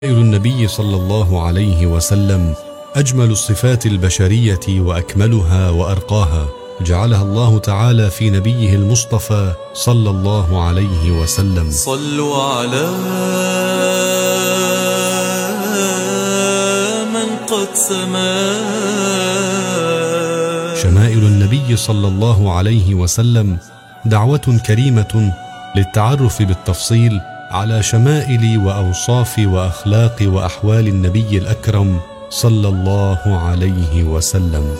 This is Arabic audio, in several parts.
النبي صلى الله عليه وسلم أجمل الصفات البشرية وأكملها وأرقاها، جعلها الله تعالى في نبيه المصطفى صلى الله عليه وسلم. صلوا على من قد سما. شمائل النبي صلى الله عليه وسلم دعوة كريمة للتعرف بالتفصيل على شمائل وأوصاف وأخلاق وأحوال النبي الأكرم صلى الله عليه وسلم.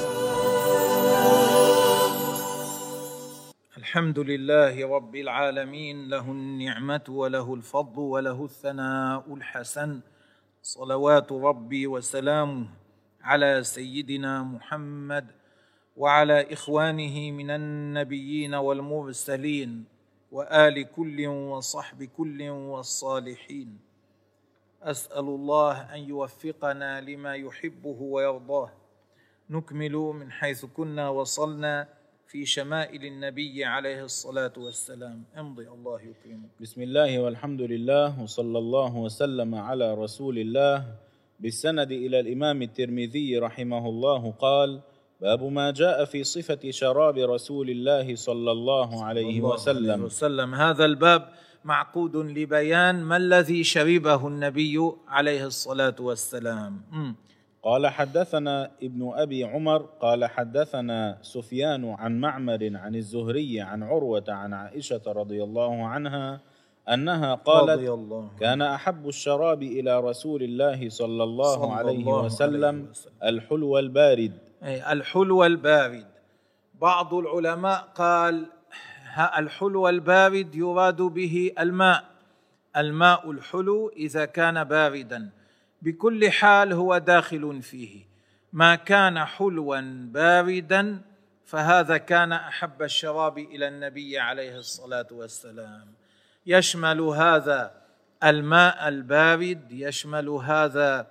الحمد لله رب العالمين، له النعمة وله الفضل وله الثناء الحسن، صلوات ربي وسلامه على سيدنا محمد وعلى إخوانه من النبيين والمرسلين وآل كل وصحب كل والصالحين. أسأل الله أن يوفقنا لما يحبه ويرضاه. نكمل من حيث كنا وصلنا في شمائل النبي عليه الصلاة والسلام. امضي الله يكرمك. بسم الله والحمد لله وصلى الله وسلم على رسول الله. بالسند إلى الإمام الترمذي رحمه الله قال: باب ما جاء في صفة شراب رسول الله صلى الله عليه وسلم. هذا الباب معقود لبيان ما الذي شربه النبي عليه الصلاة والسلام. قال: حدثنا ابن أبي عمر قال: حدثنا سفيان عن معمر عن الزهري عن عروة عن عائشة رضي الله عنها أنها قالت: كان أحب الشراب إلى رسول الله صلى الله عليه وسلم الحلو البارد. الحلو البارد. بعض العلماء قال الحلو البارد يراد به الماء الحلو إذا كان باردا، بكل حال هو داخل فيه. ما كان حلوا باردا فهذا كان أحب الشراب إلى النبي عليه الصلاة والسلام. يشمل هذا الماء البارد، يشمل هذا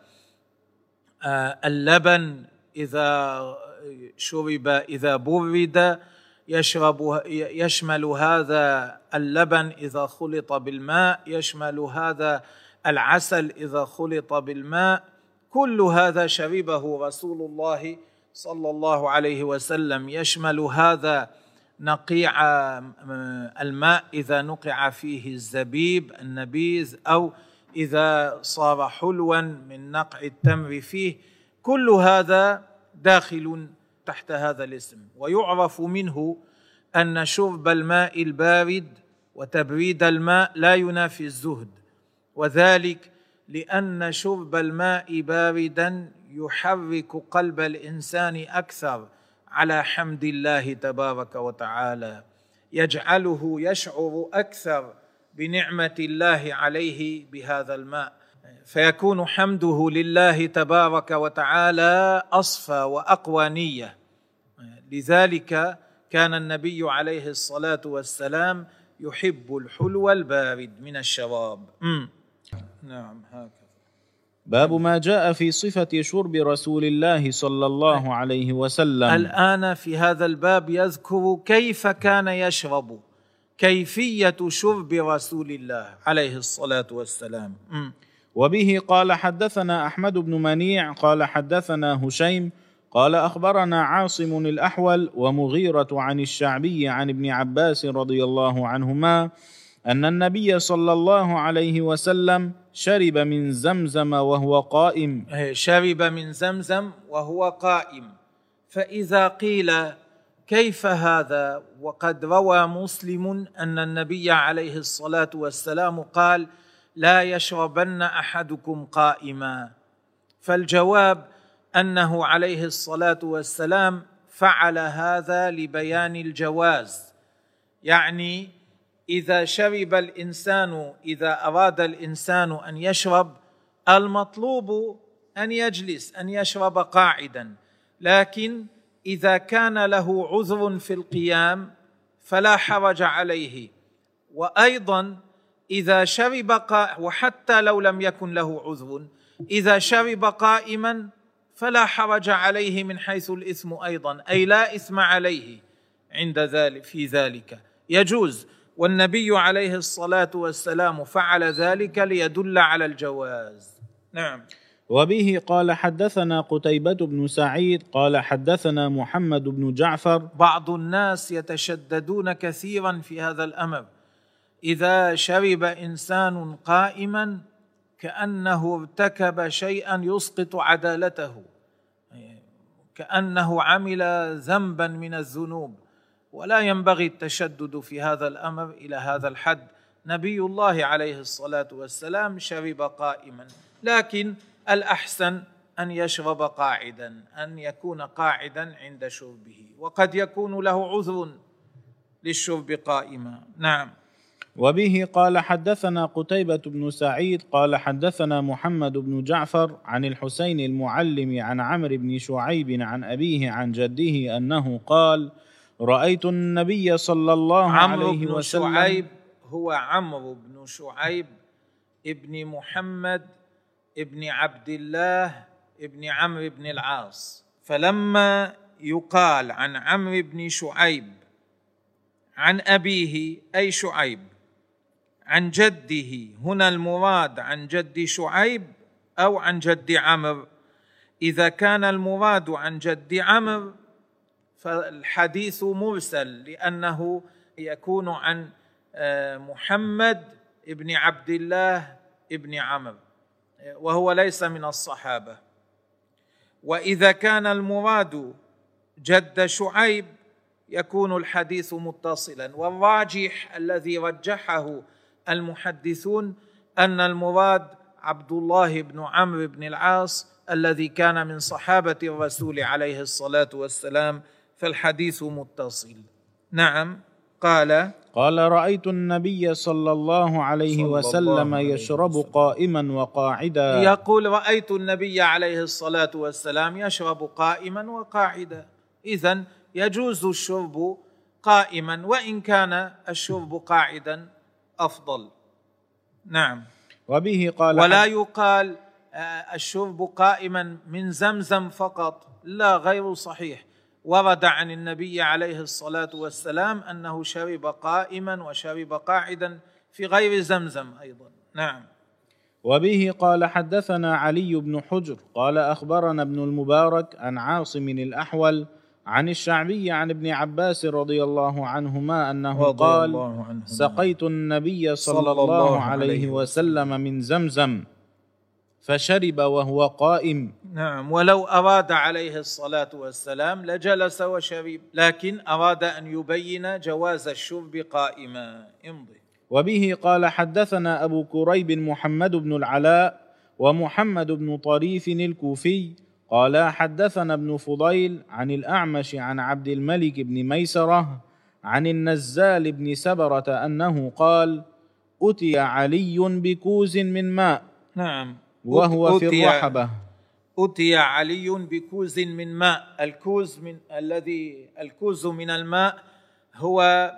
اللبن إذا شرب إذا برد، يشمل هذا اللبن إذا خلط بالماء، يشمل هذا العسل إذا خلط بالماء. كل هذا شربه رسول الله صلى الله عليه وسلم. يشمل هذا نقيع الماء إذا نقع فيه الزبيب النبيذ، أو إذا صار حلوا من نقع التمر فيه. كل هذا داخل تحت هذا الاسم. ويعرف منه أن شرب الماء البارد وتبريد الماء لا ينافي الزهد، وذلك لأن شرب الماء باردا يحرك قلب الإنسان أكثر على حمد الله تبارك وتعالى، يجعله يشعر أكثر بنعمة الله عليه بهذا الماء، فيكون حمده لله تبارك وتعالى أصفى وأقوى نية. لذلك كان النبي عليه الصلاة والسلام يحب الحلو البارد من الشراب. نعم، هكذا. باب ما جاء في صفة شرب رسول الله صلى الله عليه وسلم. الآن في هذا الباب يذكر كيف كان يشرب، كيفية شرب رسول الله عليه الصلاة والسلام. وبه قال: حدثنا أحمد بن منيع قال: حدثنا هشيم قال: أخبرنا عاصم الأحول ومغيرة عن الشعبي عن ابن عباس رضي الله عنهما أن النبي صلى الله عليه وسلم شرب من زمزم وهو قائم. شرب من زمزم وهو قائم. فإذا قيل كيف هذا وقد روى مسلم أن النبي عليه الصلاة والسلام قال: لا يشربن أحدكم قائما، فالجواب أنه عليه الصلاة والسلام فعل هذا لبيان الجواز. يعني إذا شرب الإنسان، إذا أراد الإنسان أن يشرب، المطلوب أن يجلس، أن يشرب قاعدا، لكن إذا كان له عذر في القيام فلا حرج عليه. وأيضا إذا شرب وحتى لو لم يكن له عذر، إذا شرب قائما فلا حرج عليه من حيث الإثم أيضا، أي لا إثم عليه عند ذلك، في ذلك يجوز. والنبي عليه الصلاة والسلام فعل ذلك ليدل على الجواز. نعم. وبه قال حدثنا قتيبة بن سعيد قال حدثنا محمد بن جعفر. بعض الناس يتشددون كثيرا في هذا الأمر، إذا شرب إنسان قائما كأنه ارتكب شيئا يسقط عدالته، كأنه عمل ذنبا من الذنوب، ولا ينبغي التشدد في هذا الأمر إلى هذا الحد. نبي الله عليه الصلاة والسلام شرب قائما، لكن الأحسن أن يشرب قاعدا، أن يكون قاعدا عند شربه، وقد يكون له عذر للشرب قائما. نعم. وبه قال حدثنا قتيبة بن سعيد قال حدثنا محمد بن جعفر عن الحسين المعلم عن عمرو بن شعيب عن أبيه عن جده أنه قال: رأيت النبي صلى الله عليه وسلم. عمرو بن شعيب هو عمرو بن شعيب ابن محمد ابن عبد الله ابن عمرو بن العاص. فلما يقال عن عمرو بن شعيب عن أبيه أي شعيب عن جده، هنا المراد عن جد شعيب أو عن جد عمرو؟ إذا كان المراد عن جد عمرو فالحديث مرسل، لأنه يكون عن محمد ابن عبد الله ابن عمرو، وهو ليس من الصحابة. وإذا كان المراد جد شعيب يكون الحديث متصلا، والراجح الذي رجحه المحدثون أن المراد عبد الله بن عمرو بن العاص الذي كان من صحابة الرسول عليه الصلاة والسلام، فالحديث متصل. نعم. قال رأيت النبي صلى الله عليه وسلم يشرب قائما وقاعدا. يقول رأيت النبي عليه الصلاة والسلام يشرب قائما وقاعدا، إذن يجوز الشرب قائما، وإن كان الشرب قاعدا أفضل. نعم. وبه قال ولا يقال الشرب قائما من زمزم فقط، لا، غير صحيح. ورد عن النبي عليه الصلاة والسلام أنه شرب قائما وشرب قاعدا في غير زمزم أيضا. نعم. وبه قال حدثنا علي بن حجر قال أخبرنا ابن المبارك عن عاصم الأحول عن الشعبي عن ابن عباس رضي الله عنهما أنه قال: سقيت النبي صلى الله عليه وسلم من زمزم فشرب وهو قائم. نعم. ولو أراد عليه الصلاة والسلام لجلس وشرب، لكن أراد أن يبين جواز الشرب قائما. امضي. وبه قال حدثنا أبو كريب محمد بن العلاء ومحمد بن طريف الكوفي قال حدثنا ابن فضيل عن الأعمش عن عبد الملك بن ميسرة عن النزال بن سبرة أنه قال: أتي علي بكوز من ماء. نعم. وهو في الرحبة. أتي علي بكوز من ماء. الكوز من الماء هو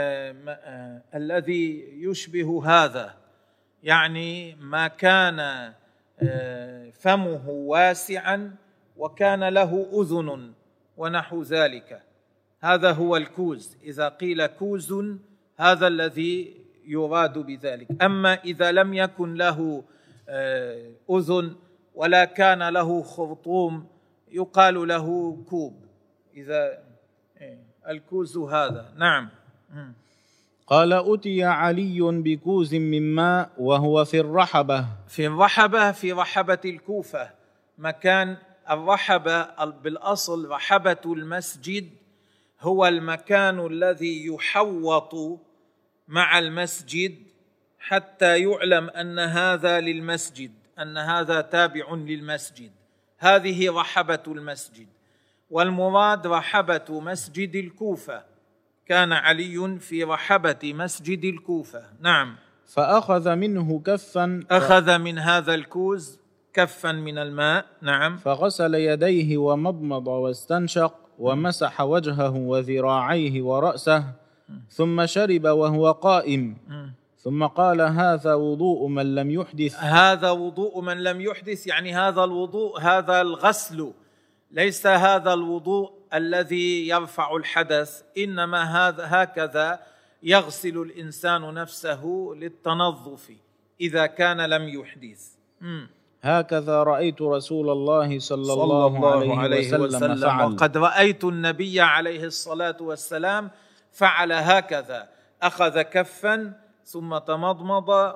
الذي يشبه هذا، يعني ما كان فمه واسعا وكان له أذن ونحو ذلك، هذا هو الكوز. إذا قيل كوز هذا الذي يراد بذلك. أما إذا لم يكن له أذن ولا كان له خرطوم يقال له كوب. إذا الكوز هذا. نعم. قال: أتي علي بكوز من ماء وهو في الرحبة. في الرحبة، في رحبة الكوفة. مكان الرحبة بالأصل رحبة المسجد هو المكان الذي يحوط مع المسجد حتى يعلم أن هذا للمسجد، أن هذا تابع للمسجد. هذه رحبة المسجد، والمراد رحبة مسجد الكوفة. كان علي في رحبة مسجد الكوفة. نعم. فأخذ منه كفا، أخذ من هذا الكوز كفا من الماء. نعم. فغسل يديه ومضمض واستنشق ومسح وجهه وذراعيه ورأسه، ثم شرب وهو قائم، ثم قال: هذا وضوء من لم يحدث. هذا وضوء من لم يحدث، يعني هذا الوضوء، هذا الغسل، ليس هذا الوضوء الذي يرفع الحدث، إنما هكذا يغسل الإنسان نفسه للتنظف إذا كان لم يحدث. هكذا رأيت رسول الله صلى الله عليه وسلم فعل. وقد رأيت النبي عليه الصلاة والسلام فعل هكذا، أخذ كفا ثم تمضمض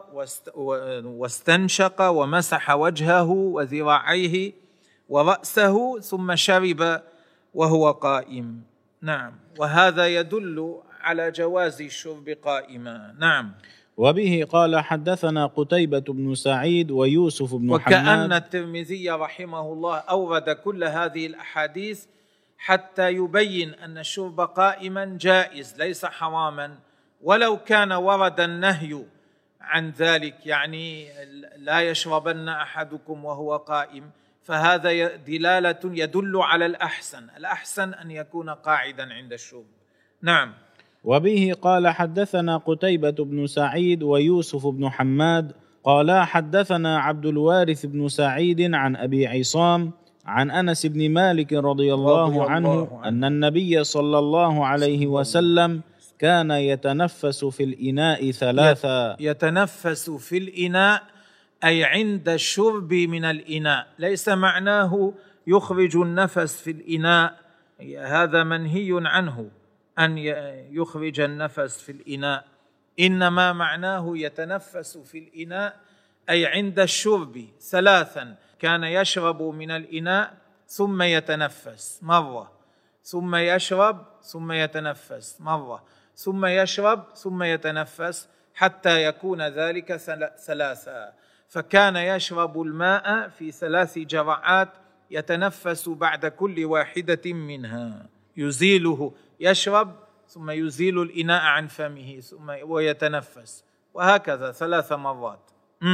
واستنشق ومسح وجهه وذراعيه ورأسه ثم شرب وهو قائم. نعم، وهذا يدل على جواز الشرب قائما. نعم. وبه قال حدثنا قتيبة بن سعيد ويوسف بن حماد. وكأن الترمذي رحمه الله أورد كل هذه الأحاديث حتى يبين أن الشرب قائما جائز ليس حراما، ولو كان ورد النهي عن ذلك، يعني لا يشربن أحدكم وهو قائم، فهذا دلالة يدل على الأحسن أن يكون قاعدا عند الشرب. نعم. وبه قال حدثنا قتيبة بن سعيد ويوسف بن حماد قال حدثنا عبد الوارث بن سعيد عن أبي عصام عن أنس بن مالك رضي الله عنه أن النبي صلى الله عليه وسلم كان يتنفس في الإناء ثلاثا. يتنفس في الإناء أي عند الشرب من الإناء، ليس معناه يخرج النفس في الإناء، هذا منهي عنه أن يخرج النفس في الإناء، إنما معناه يتنفس في الإناء أي عند الشرب ثلاثا، كان يشرب من الإناء ثم يتنفس مرة، ثم يشرب ثم يتنفس مرة، ثم يشرب ثم يتنفس حتى يكون ذلك ثلاثا. فكان يشرب الماء في 3 جرعات يتنفس بعد كل واحدة منها، يزيله، يشرب ثم يزيل الإناء عن فمه ثم ويتنفس، وهكذا 3 مرات.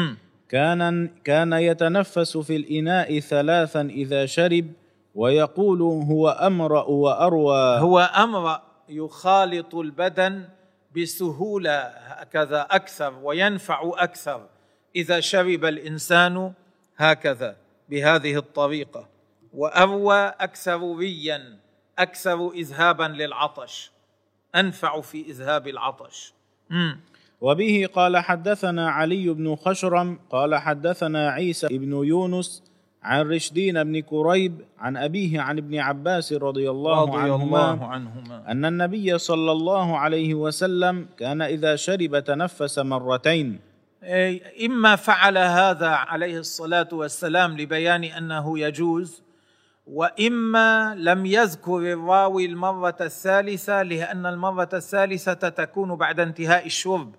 كان يتنفس في الإناء 3 إذا شرب، ويقول هو أمرأ وأروى. هو أمرأ يخالط البدن بسهولة هكذا أكثر وينفع أكثر إذا شرب الإنسان هكذا بهذه الطريقة، وأروى أكثر ريا، أكثر إذهابا للعطش، أنفع في إذهاب العطش. وبه قال حدثنا علي بن خشرم قال حدثنا عيسى بن يونس عن رشدين بن كريب عن أبيه عن ابن عباس رضي الله عنهما أن النبي صلى الله عليه وسلم كان إذا شرب تنفس 2 مرات. إما فعل هذا عليه الصلاة والسلام لبيان أنه يجوز، وإما لم يذكر الراوي المرة الثالثة لأن المرة الثالثة تكون بعد انتهاء الشرب،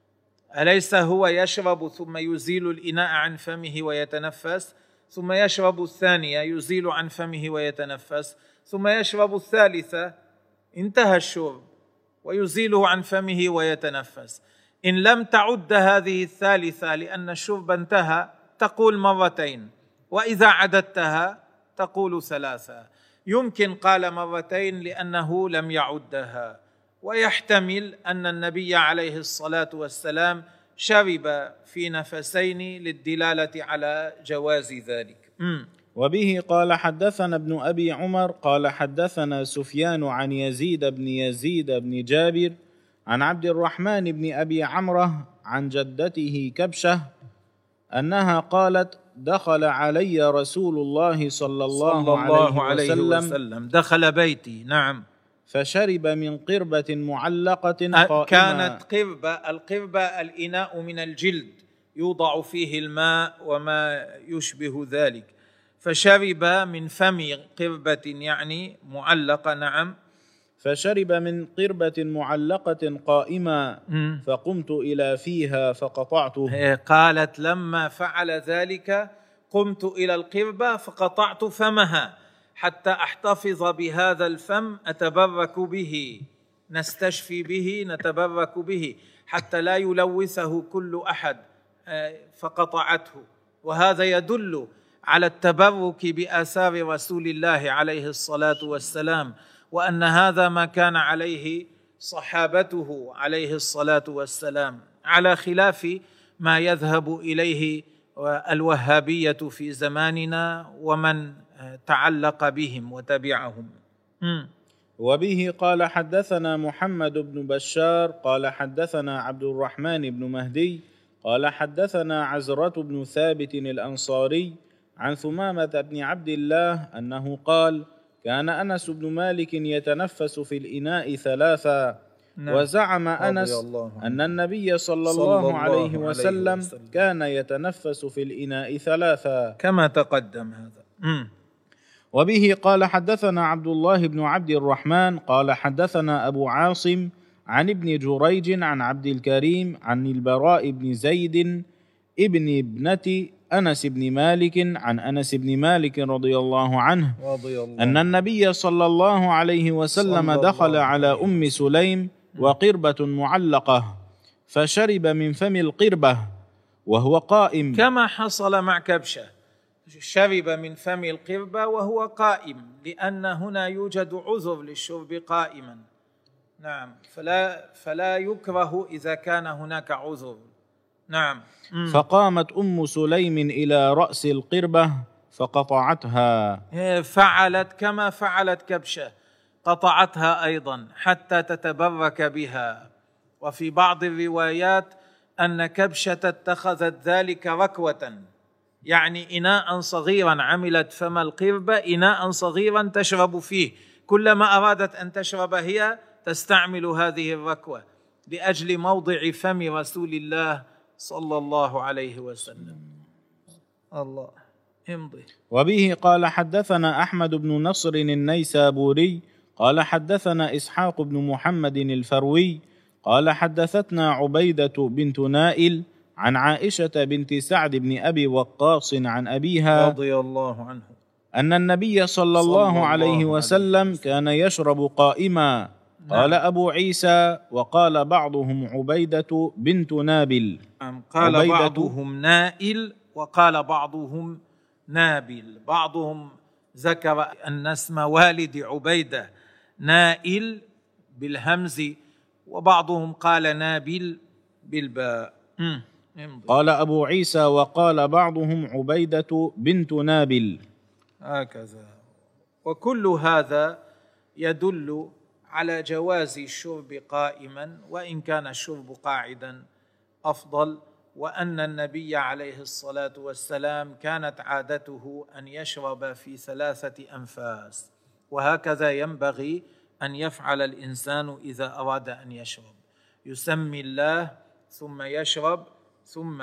أليس هو يشرب ثم يزيل الإناء عن فمه ويتنفس، ثم يشرب الثانية يزيل عن فمه ويتنفس، ثم يشرب الثالثة انتهى الشرب ويزيله عن فمه ويتنفس. إن لم تعد هذه الثالثة لأن الشرب انتهى تقول 2 مرات، وإذا عددتها تقول 3. يمكن قال 2 مرات لأنه لم يعدها، ويحتمل أن النبي عليه الصلاة والسلام شرب في 2 نفسين للدلالة على جواز ذلك. وبه قال حدثنا ابن أبي عمر قال حدثنا سفيان عن يزيد بن جابر عن عبد الرحمن بن أبي عمرة عن جدته كبشة أنها قالت دخل علي رسول الله صلى الله عليه وسلم دخل بيتي. نعم. فشرب من قربة معلقة قائمة. كانت القربة الإناء من الجلد يوضع فيه الماء وما يشبه ذلك، فشرب من فم قربة يعني معلقة. نعم. فشرب من قربة معلقة قائمة فقمت إلى فيها فقطعته. قالت لما فعل ذلك قمت إلى القربة فقطعت فمها حتى أحتفظ بهذا الفم أتبرك به، نستشفي به، نتبرك به حتى لا يلوثه كل أحد، فقطعته. وهذا يدل على التبرك بآثار رسول الله عليه الصلاة والسلام، وأن هذا ما كان عليه صحابته عليه الصلاة والسلام، على خلاف ما يذهب إليه الوهابية في زماننا ومن تعلق بهم وتبعهم. وبه قال حدثنا محمد بن بشار قال حدثنا عبد الرحمن بن مهدي قال حدثنا عزرة بن ثابت الأنصاري عن ثمامة بن عبد الله أنه قال: كان أنس بن مالك يتنفس في الإناء ثلاثا. وزعم أنس أن النبي صلى الله عليه وسلم كان يتنفس في الإناء ثلاثا كما تقدم هذا. وبه قال حدثنا عبد الله بن عبد الرحمن قال حدثنا أبو عاصم عن ابن جريج عن عبد الكريم عن البراء بن زيد ابن ابنة أنس بن مالك عن أنس بن مالك رضي الله عنه أن النبي صلى الله عليه وسلم دخل على أم سليم وقربة معلقة فشرب من فم القربة وهو قائم، كما حصل مع كبشة، شرب من فم القربة وهو قائم، لأن هنا يوجد عذر للشرب قائما. نعم، فلا يكره إذا كان هناك عذر. نعم. فقامت أم سليم إلى رأس القربة فقطعتها، فعلت كما فعلت كبشة، قطعتها أيضا حتى تتبرك بها. وفي بعض الروايات أن كبشة اتخذت ذلك ركوة، يعني إناء صغيرا، عملت فم القربة إناء صغيرا تشرب فيه، كلما أرادت أن تشرب هي تستعمل هذه الركوة لأجل موضع فم رسول الله صلى الله عليه وسلم. الله امضي. وبه قال حدثنا أحمد بن نصر النيسابوري قال حدثنا إسحاق بن محمد الفروي قال حدثتنا عبيدة بنت نائل عن عائشة بنت سعد بن أبي وقاص عن أبيها رضي الله عنه أن النبي صلى الله عليه وسلم كان يشرب قائما. قال أبو عيسى: وقال بعضهم عبيدة بنت نابل. قال بعضهم نائل وقال بعضهم نابل، بعضهم ذكر أن اسم والد عبيدة نائل بالهمز، وبعضهم قال نابل بالباء. قال أبو عيسى: وقال بعضهم عبيدة بنت نابل. هكذا. وكل هذا يدل على جواز الشرب قائما، وإن كان الشرب قاعدا أفضل، وأن النبي عليه الصلاة والسلام كانت عادته أن يشرب في 3 أنفاس، وهكذا ينبغي أن يفعل الإنسان إذا أراد أن يشرب، يسمي الله ثم يشرب، ثم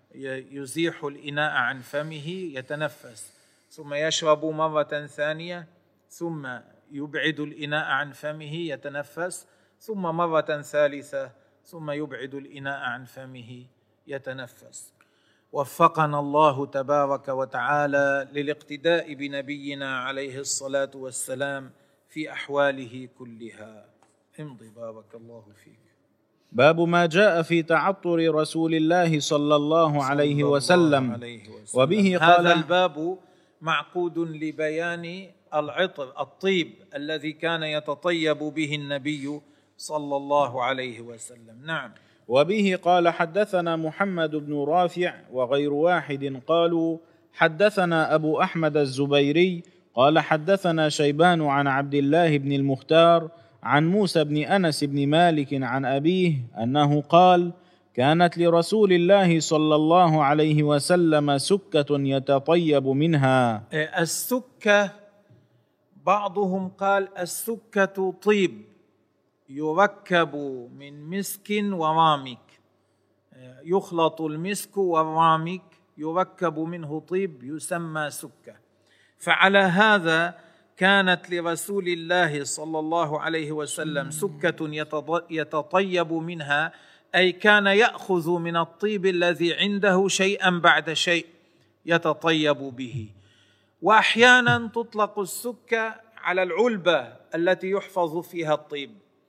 يزيح الإناء عن فمه يتنفس، ثم يشرب مرة ثانية، ثم يبعد الإناء عن فمه يتنفس، ثم مرة ثالثة، ثم يبعد الإناء عن فمه يتنفس. وفقنا الله تبارك وتعالى للاقتداء بنبينا عليه الصلاة والسلام في أحواله كلها. امضي بارك الله فيك. باب ما جاء في تعطر رسول الله صلى الله عليه وسلم. وبه قال: هذا الباب معقود لبيان العطر، الطيب الذي كان يتطيب به النبي صلى الله عليه وسلم. نعم. وبه قال حدثنا محمد بن رافع وغير واحد قالوا حدثنا أبو أحمد الزبيري قال حدثنا شيبان عن عبد الله بن المختار عن موسى بن أنس بن مالك عن أبيه أنه قال: كانت لرسول الله صلى الله عليه وسلم سكة يتطيب منها. السكة بعضهم قال السكة طيب يركب من مسك ورامك، يخلط المسك والرامك يركب منه طيب يسمى سكة. فعلى هذا كانت لرسول الله صلى الله عليه وسلم سكة يتطيب منها، أي كان يأخذ من الطيب الذي عنده شيئا بعد شيء يتطيب به. وأحيانا تطلق السكة على العلبة التي يحفظ فيها الطيب،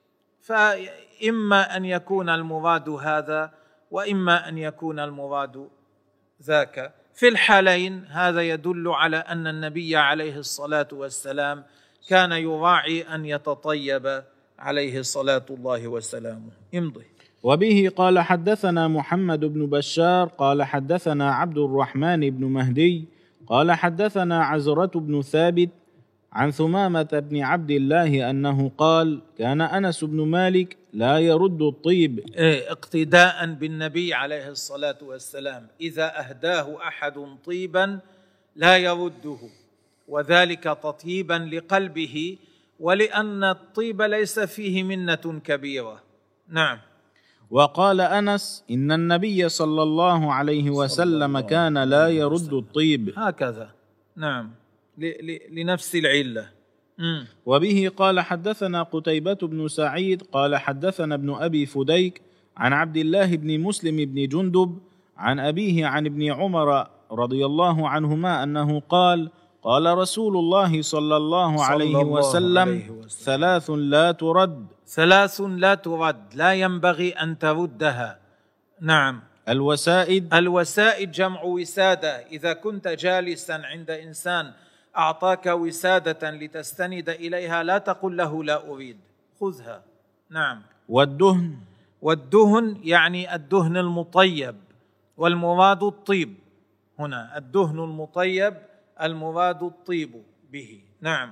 فإما أن يكون المراد هذا وإما أن يكون المراد ذاك. في الحالين هذا يدل على أن النبي عليه الصلاة والسلام كان يراعي أن يتطيب عليه صلاة الله وسلامه. امضي. وبه قال حدثنا محمد بن بشار قال حدثنا عبد الرحمن بن مهدي قال حدثنا عزرة بن ثابت عن ثمامة بن عبد الله أنه قال: كان أنس بن مالك لا يرد الطيب. اقتداء بالنبي عليه الصلاة والسلام، إذا أهداه أحد طيبا لا يرده، وذلك تطيبا لقلبه، ولأن الطيب ليس فيه منة كبيرة. نعم. وقال أنس: إن النبي صلى الله عليه وسلم كان لا يرد الطيب. هكذا. نعم، لنفس العلة. وبه قال حدثنا قتيبة بن سعيد قال حدثنا ابن أبي فديك عن عبد الله بن مسلم بن جندب عن أبيه عن ابن عمر رضي الله عنهما أنه قال: قال رسول الله صلى الله عليه وسلم: ثلاث لا ترد. ثلاث لا ترد، لا ينبغي أن تردها. نعم. الوسائد جمع وسادة. إذا كنت جالسا عند إنسان أعطاك وسادة لتستند إليها، لا تقل له لا أريد، خذها. نعم. والدهن يعني الدهن المطيب، والمراد الطيب هنا. الدهن المطيب المراد الطيب به. نعم.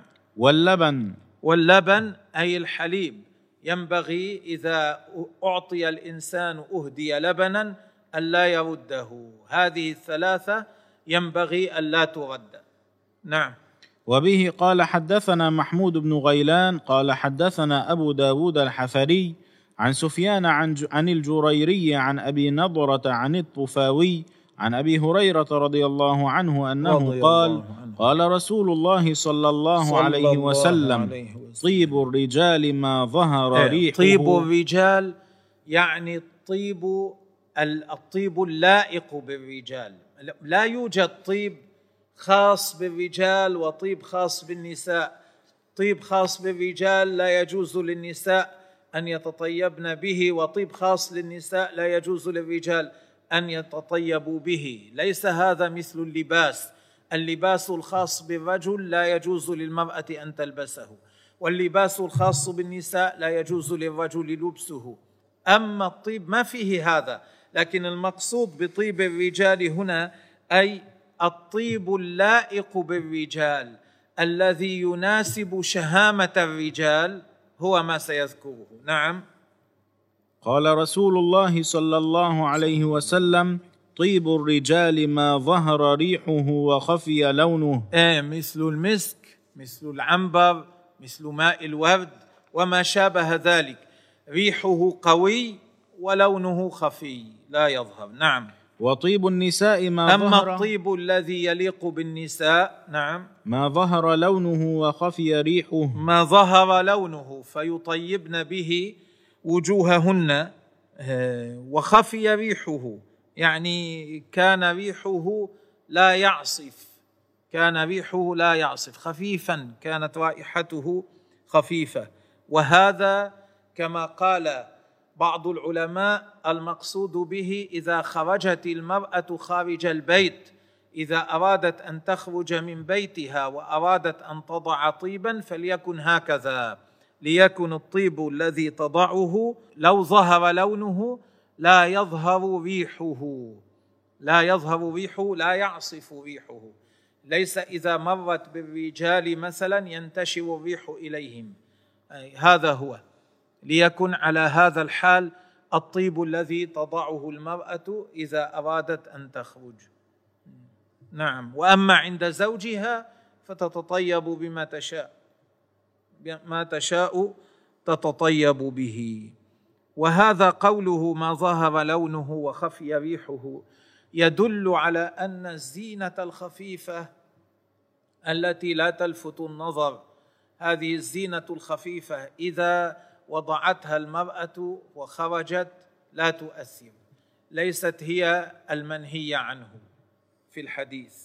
واللبن أي الحليب. ينبغي إذا أعطي الإنسان أهدي لبنا ألا يرده. هذه الثلاثة ينبغي ألا ترد. نعم. وبه قال حدثنا محمود بن غيلان قال حدثنا أبو داود الحفري عن سفيان عن الجريري عن أبي نضرة عن الطفاوي عن أبي هريرة رضي الله عنه أنه قال: قال رسول الله صلى الله عليه وسلم: طيب الرجال ما ظهر ريحه. طيب الرجال يعني الطيب اللائق بالرجال. لا يوجد طيب خاص بالرجال وطيب خاص بالنساء. طيب خاص بالرجال لا يجوز للنساء أن يتطيبن به، وطيب خاص للنساء لا يجوز للرجال أن يتطيبوا به. ليس هذا مثل اللباس. اللباس الخاص بالرجل لا يجوز للمرأة أن تلبسه، واللباس الخاص بالنساء لا يجوز للرجل لبسه. أما الطيب ما فيه هذا، لكن المقصود بطيب الرجال هنا أي الطيب اللائق بالرجال الذي يناسب شهامة الرجال، هو ما سيذكره. نعم. قال رسول الله صلى الله عليه وسلم: طيب الرجال ما ظهر ريحه وخفي لونه. مثل المسك، مثل العنبر، مثل ماء الورد وما شابه ذلك. ريحه قوي ولونه خفي لا يظهر. نعم. وطيب النساء ما أما ظهر. الطيب الذي يليق بالنساء. نعم. ما ظهر لونه وخفي ريحه. ما ظهر لونه فيطيبن به وجوههن، وخفي ريحه يعني كان ريحه لا يعصف، خفيفا، كانت رائحته خفيفة. وهذا كما قال بعض العلماء المقصود به إذا خرجت المرأة خارج البيت، إذا أرادت أن تخرج من بيتها وأرادت أن تضع طيبا فليكن هكذا، ليكن الطيب الذي تضعه لو ظهر لونه لا يظهر ريحه، لا يعصف ريحه. ليس إذا مرت بالرجال مثلا ينتشر الريح إليهم. هذا هو، ليكن على هذا الحال الطيب الذي تضعه المرأة إذا أرادت أن تخرج. نعم. وأما عند زوجها فتتطيب بما تشاء تتطيب به. وهذا قوله ما ظهر لونه وخفي ريحه يدل على أن الزينة الخفيفة التي لا تلفت النظر، هذه الزينة الخفيفة إذا وضعتها المرأة وخرجت لا تؤثر، ليست هي المنهي عنه في الحديث.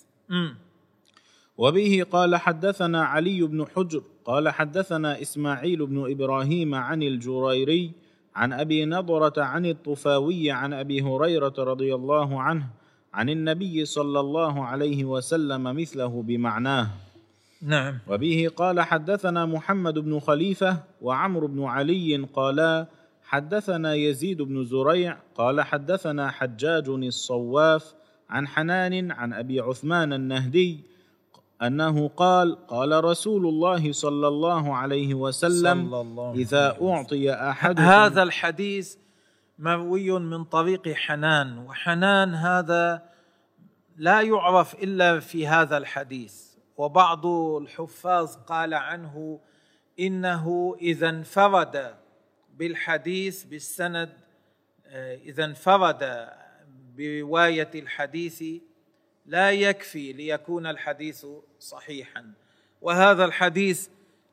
وبه قال حدثنا علي بن حجر قال حدثنا إسماعيل بن إبراهيم عن الجريري عن أبي نضرة عن الطفاوي عن أبي هريرة رضي الله عنه عن النبي صلى الله عليه وسلم مثله بمعناه. نعم. وبه قال حدثنا محمد بن خليفة وعمرو بن علي قالا حدثنا يزيد بن زريع قال حدثنا حجاج الصواف عن حنان عن أبي عثمان النهدي أنه قال: قال رسول الله صلى الله عليه وسلم: إذا أعطي أحدكم. هذا الحديث مروي من طريق حنان، وحنان هذا لا يعرف إلا في هذا الحديث، وبعض الحفاظ قال عنه إنه إذا انفرد بالحديث بالسند، إذا انفرد برواية الحديث لا يكفي ليكون الحديث صحيحا، وهذا الحديث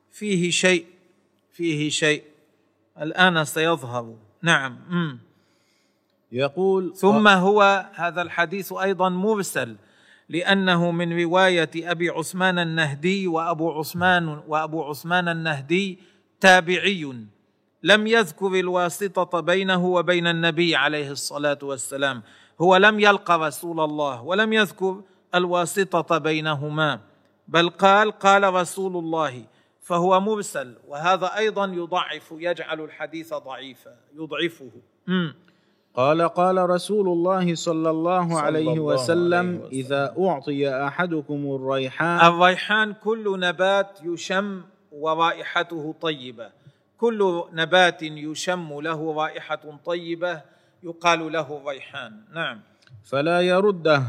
فيه شيء الآن سيظهر. نعم. يقول: ثم هو هذا الحديث أيضا مرسل، لأنه من رواية أبي عثمان النهدي، وأبو عثمان النهدي تابعي لم يذكر الواسطة بينه وبين النبي عليه الصلاة والسلام، هو لم يلقى رسول الله ولم يذكر الواسطة بينهما، بل قال رسول الله، فهو مرسل، وهذا أيضا يجعل الحديث ضعيفا، يضعفه. قال رسول الله صلى الله عليه وسلم: إذا أعطي أحدكم الريحان كل نبات يشم ورائحته طيبة، كل نبات يشم له رائحة طيبة يقال له ريحان. نعم. فلا يرده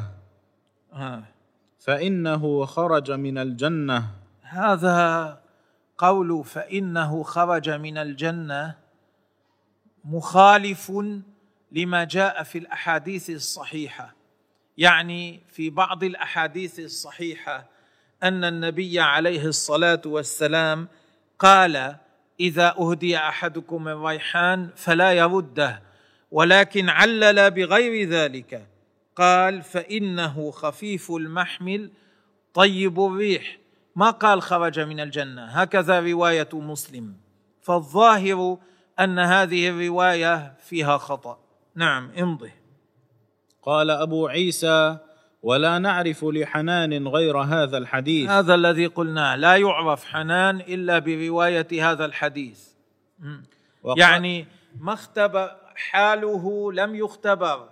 فإنه خرج من الجنة. هذا قول فإنه خرج من الجنة مخالف لما جاء في الأحاديث الصحيحة، يعني في بعض الأحاديث الصحيحة أن النبي عليه الصلاة والسلام قال: إذا أهدي أحدكم الريحان فلا يرده، ولكن علل بغير ذلك، قال: فإنه خفيف المحمل طيب الريح، ما قال خرج من الجنة، هكذا رواية مسلم، فالظاهر أن هذه الرواية فيها خطأ. نعم، امضي. قال أبو عيسى: ولا نعرف لحنان غير هذا الحديث. هذا الذي قلناه، لا يعرف حنان إلا برواية هذا الحديث، يعني ما اختبر حاله، لم يختبر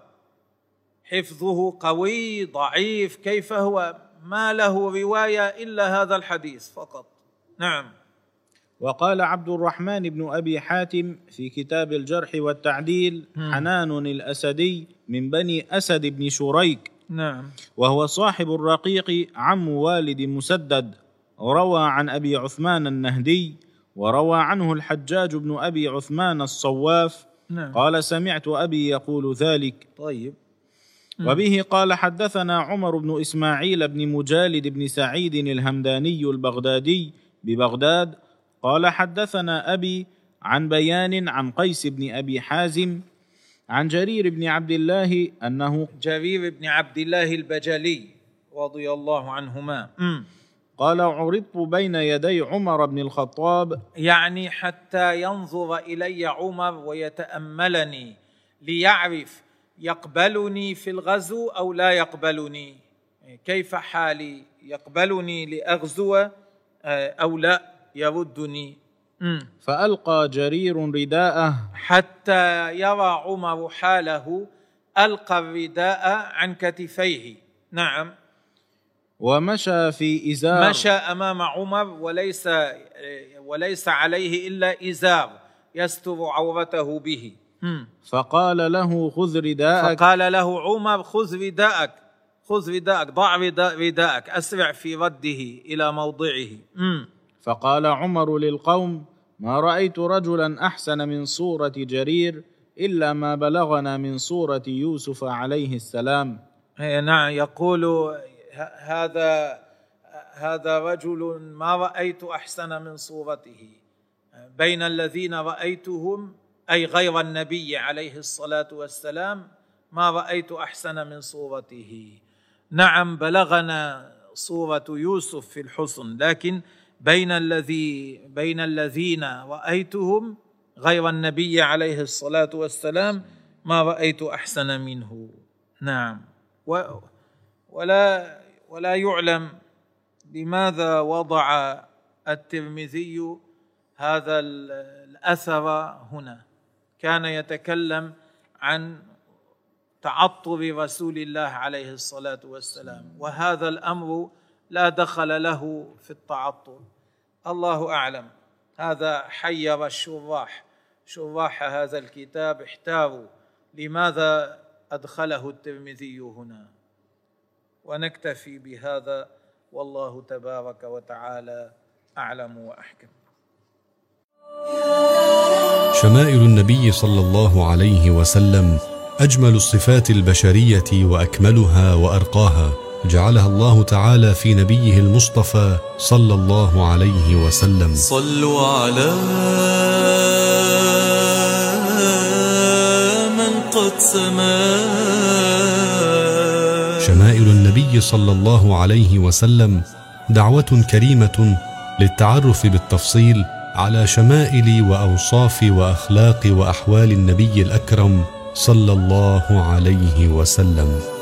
حفظه قوي ضعيف، كيف هو، ما له رواية إلا هذا الحديث فقط. نعم. وقال عبد الرحمن بن أبي حاتم في كتاب الجرح والتعديل: حنان الأسدي من بني أسد بن شريك، نعم، وهو صاحب الرقيق عم والد مسدد، روى عن أبي عثمان النهدي، وروى عنه الحجاج بن أبي عثمان الصواف. نعم. قال: سمعت أبي يقول ذلك. طيب. وبه قال: حدثنا عمر بن إسماعيل بن مجالد بن سعيد الهمداني البغدادي ببغداد، قال: حدثنا أبي عن بيان عن قيس بن أبي حازم عن جرير بن عبد الله أنه جرير بن عبد الله البجلي رضي الله عنهما قال: عرضت بين يدي عمر بن الخطاب، يعني حتى ينظر إلي عمر ويتأملني ليعرف يقبلني في الغزو أو لا يقبلني، كيف حالي، يقبلني لأغزو أو لا يردني. فألقى جرير رداءه حتى يرى عمر حاله، ألقى الرداء عن كتفيه. نعم. ومشى في إزار، مشى أمام عمر وليس عليه إلا إزار يستر عورته به. فقال له: خذ رداءك. فقال له عمر: خذ رداءك، ضع رداءك، أسرع في رده إلى موضعه. فقال عمر للقوم: ما رأيت رجلا أحسن من صورة جرير إلا ما بلغنا من صورة يوسف عليه السلام. نعم، يقول هذا رجل ما رأيت أحسن من صورته، بين الذين رأيتهم أي غير النبي عليه الصلاة والسلام ما رأيت أحسن من صورته. نعم، بلغنا صورة يوسف في الحسن، لكن بين الذين رأيتهم غير النبي عليه الصلاة والسلام ما رأيت أحسن منه. نعم. ولا يعلم لماذا وضع الترمذي هذا الأثر هنا، كان يتكلم عن تعطر رسول الله عليه الصلاة والسلام، وهذا الأمر لا دخل له في التعطل. الله أعلم. هذا حير الشراح، شراح هذا الكتاب احتاروا لماذا أدخله الترمذي هنا. ونكتفي بهذا، والله تبارك وتعالى أعلم وأحكم. شمائل النبي صلى الله عليه وسلم أجمل الصفات البشرية وأكملها وأرقاها، جعلها الله تعالى في نبيه المصطفى صلى الله عليه وسلم. صلوا على من قد سما. شمائل النبي صلى الله عليه وسلم دعوة كريمة للتعرف بالتفصيل على شمائل وأوصاف وأخلاق وأحوال النبي الأكرم صلى الله عليه وسلم.